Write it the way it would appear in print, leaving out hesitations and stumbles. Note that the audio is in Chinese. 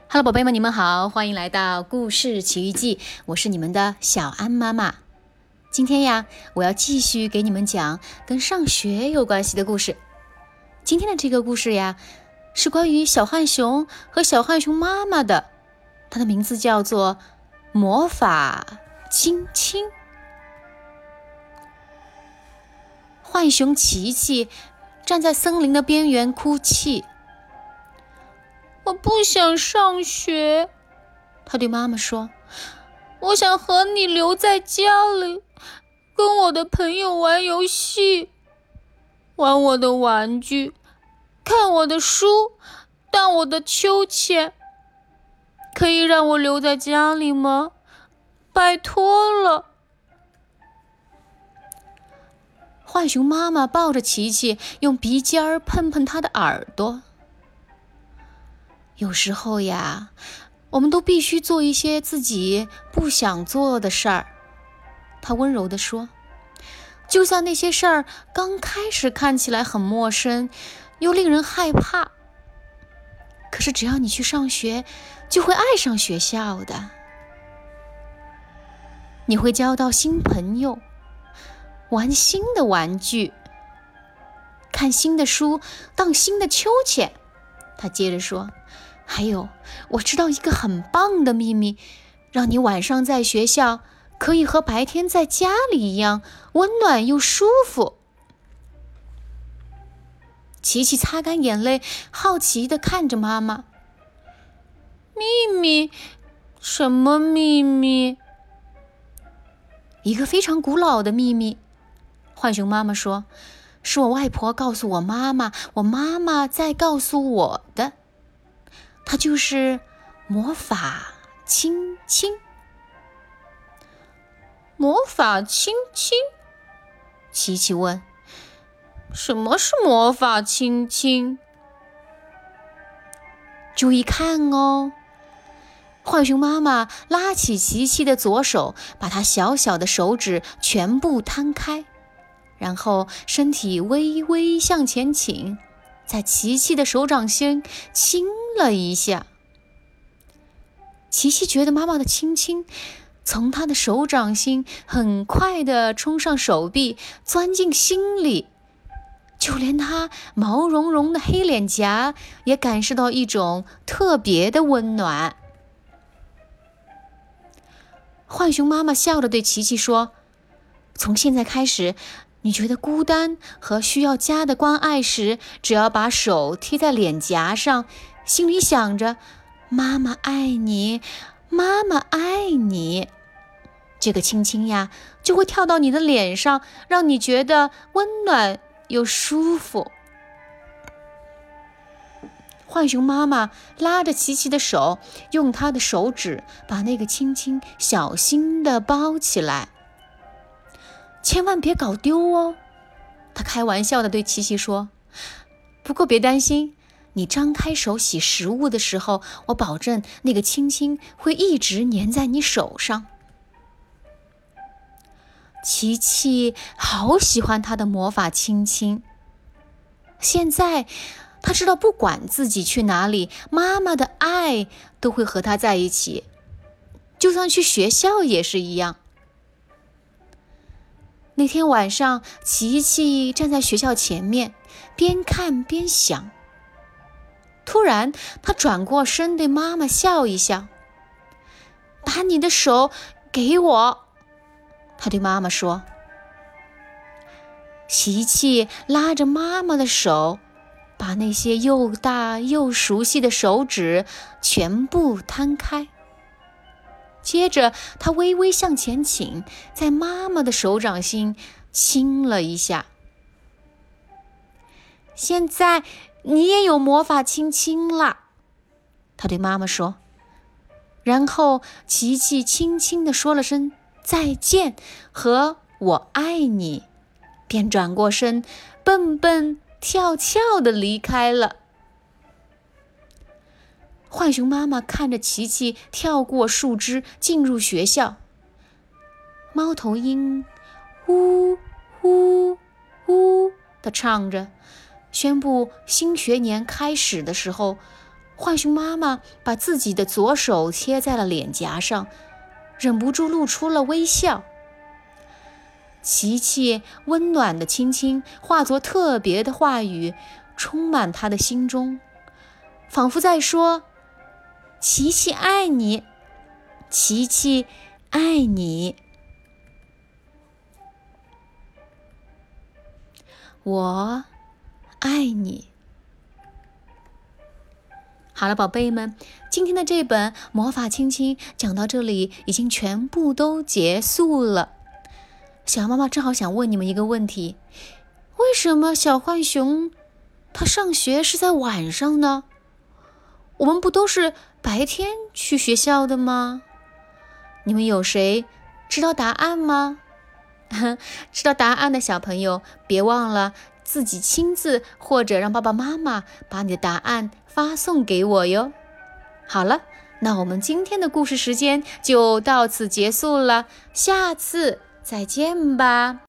Hello， 宝贝们，你们好，欢迎来到故事奇遇记，我是你们的小安妈妈。今天呀，我要继续给你们讲跟上学有关系的故事。今天的这个故事呀，是关于小浣熊和小浣熊妈妈的，它的名字叫做魔法亲亲。浣熊琪琪站在森林的边缘哭泣。我不想上学，他对妈妈说，我想和你留在家里，跟我的朋友玩游戏，玩我的玩具，看我的书，荡我的秋千。可以让我留在家里吗？拜托了。浣熊妈妈抱着琪琪，用鼻尖儿碰碰她的耳朵。有时候呀，我们都必须做一些自己不想做的事儿，他温柔地说，就像那些事儿刚开始看起来很陌生，又令人害怕，可是只要你去上学，就会爱上学校的。你会交到新朋友，玩新的玩具，看新的书，荡新的秋千。他接着说，还有，我知道一个很棒的秘密，让你晚上在学校可以和白天在家里一样温暖又舒服。琪琪擦干眼泪，好奇地看着妈妈。秘密？什么秘密？一个非常古老的秘密。浣熊妈妈说，是我外婆告诉我妈妈，我妈妈再告诉我的。它就是魔法亲亲。魔法亲亲？琪琪问，什么是魔法亲亲？注意看哦。浣熊妈妈拉起琪琪的左手，把她小小的手指全部摊开，然后身体微微向前倾，在琪琪的手掌心亲了一下。琪琪觉得妈妈的亲亲从她的手掌心很快地冲上手臂，钻进心里，就连她毛茸茸的黑脸颊也感受到一种特别的温暖。浣熊妈妈笑着对琪琪说，从现在开始，你觉得孤单和需要家的关爱时，只要把手贴在脸颊上，心里想着妈妈爱你，妈妈爱你，这个亲亲呀，就会跳到你的脸上，让你觉得温暖又舒服。浣熊妈妈拉着琪琪的手，用她的手指把那个亲亲小心地包起来，千万别搞丢哦。她开玩笑地对琪琪说，不过别担心，你张开手洗食物的时候，我保证那个亲亲会一直粘在你手上。琪琪好喜欢他的魔法亲亲，现在他知道不管自己去哪里，妈妈的爱都会和他在一起，就算去学校也是一样。那天晚上，琪琪站在学校前面，边看边想。突然，他转过身对妈妈笑一笑，把你的手给我，他对妈妈说。琪琪拉着妈妈的手，把那些又大又熟悉的手指全部摊开。接着，他微微向前倾，在妈妈的手掌心亲了一下。现在你也有魔法亲亲啦，他对妈妈说。然后琪琪轻轻地说了声再见和我爱你，便转过身，蹦蹦跳跳地离开了。浣熊妈妈看着琪琪跳过树枝进入学校，猫头鹰呜呜呜地唱着，宣布新学年开始的时候， 浣熊妈妈把自己的左手贴在了脸颊上，忍不住露出了微笑。琪琪温暖的亲亲化作特别的话语，充满他的心中，仿佛在说：琪琪爱你，琪琪爱你。我爱你。好了，宝贝们，今天的这本魔法亲亲讲到这里已经全部都结束了。小妈妈正好想问你们一个问题，为什么小浣熊它上学是在晚上呢？我们不都是白天去学校的吗？你们有谁知道答案吗？知道答案的小朋友，别忘了自己亲自或者让爸爸妈妈把你的答案发送给我哟。好了，那我们今天的故事时间就到此结束了，下次再见吧。